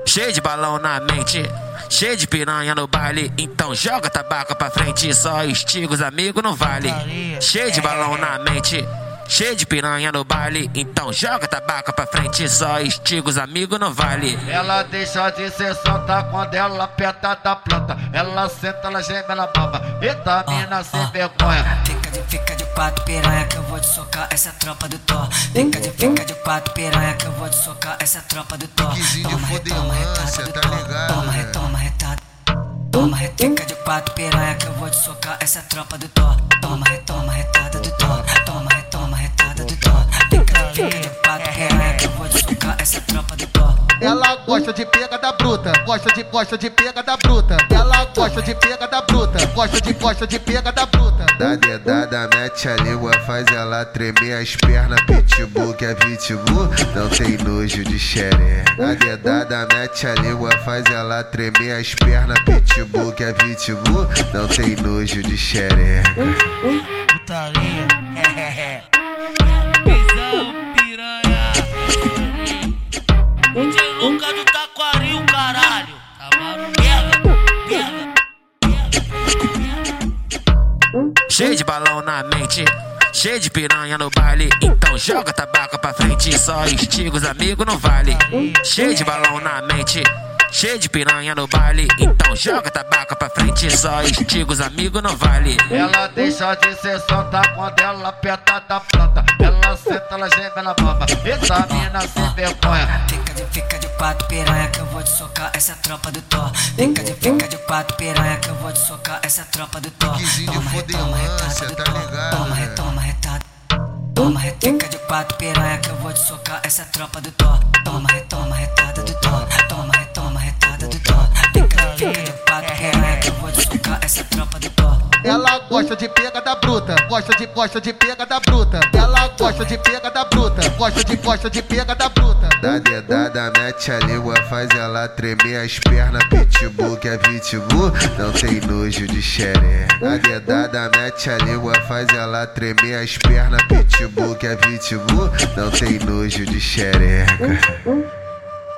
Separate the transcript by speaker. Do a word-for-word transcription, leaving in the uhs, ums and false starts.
Speaker 1: Cheio de balão na mente, cheio de piranha no baile. Então joga tabaco pra frente, só estiga os amigos não vale. Cheio de balão na mente, cheio de piranha no baile. Então joga tabaco pra frente, só estiga os amigos não vale.
Speaker 2: Ela deixa de ser santa quando ela aperta da planta. Ela senta, ela geme, ela baba. Eita, mina sem vergonha.
Speaker 3: Fica de, fica de quatro piranha que eu vou te socar, essa tropa do Thor. Fica de, fica de quatro piranha que eu vou te socar, essa tropa do Thor. Toma, retoma, retada do Thor. Toma, retoma, retada. Toma, fica de quatro piranha que eu vou te socar, essa tropa do Thor. Toma, retoma, retada do Thor. Toma, retoma, retada do Thor. Fica de, fica de quatro piranha que eu vou te socar, essa tropa do Thor.
Speaker 2: Ela gosta de pegada bruta, gosta de, gosta de pegada bruta. Ela gosta de pegada bruta, gosta de, gosta de pegada bruta.
Speaker 4: Dá dedada, mete a língua, faz ela tremer as pernas. Pitbull que é pitbull, não tem nojo de xereca. Dá dedada, mete a língua, faz ela tremer as pernas. Pitbull que é pitbull, não tem nojo de xereca.
Speaker 5: Putaria, é, é, é. Visão, piranha. D J Luca do Taquari, o caralho. Amaro, merda, merda.
Speaker 1: Cheio de balão na mente, cheio de piranha no baile. Então joga tabaco pra frente, só estiga os amigos não vale. Cheio de balão na mente, cheio de piranha no baile. Então joga tabaco pra frente, só estiga os amigos não vale.
Speaker 2: Ela deixa de ser santa quando ela aperta da planta. Ela senta, ela geme, ela baba. Eita, mina sem vergonha.
Speaker 3: Fica de, fica de quatro piranha que eu vou te socar, essa tropa do Thor. Fica de, fica de quatro piranha que eu vou te socar, essa tropa do Thor. Toma, retoma, retada do Thor. Toma, retoma, retada. Toma, fica de quatro piranha que eu vou te socar, essa tropa do Thor. Toma, retoma, retada do Thor. Toma, retoma, retada do Thor. Fica de, fica de quatro piranha que eu vou te socar, essa tropa do Thor.
Speaker 2: Ela gosta de pegada bruta, gosta de, gosta de pegada bruta. Ela gosta de pegada bruta, gosta de, gosta de pegada bruta.
Speaker 4: Dá dedada, mete a língua, faz ela tremer as pernas. Pitbull que é pitbull, não tem nojo de xereca. Dá dedada, mete a língua, faz ela tremer as pernas. Pitbull que é pitbull, não tem nojo de xereca.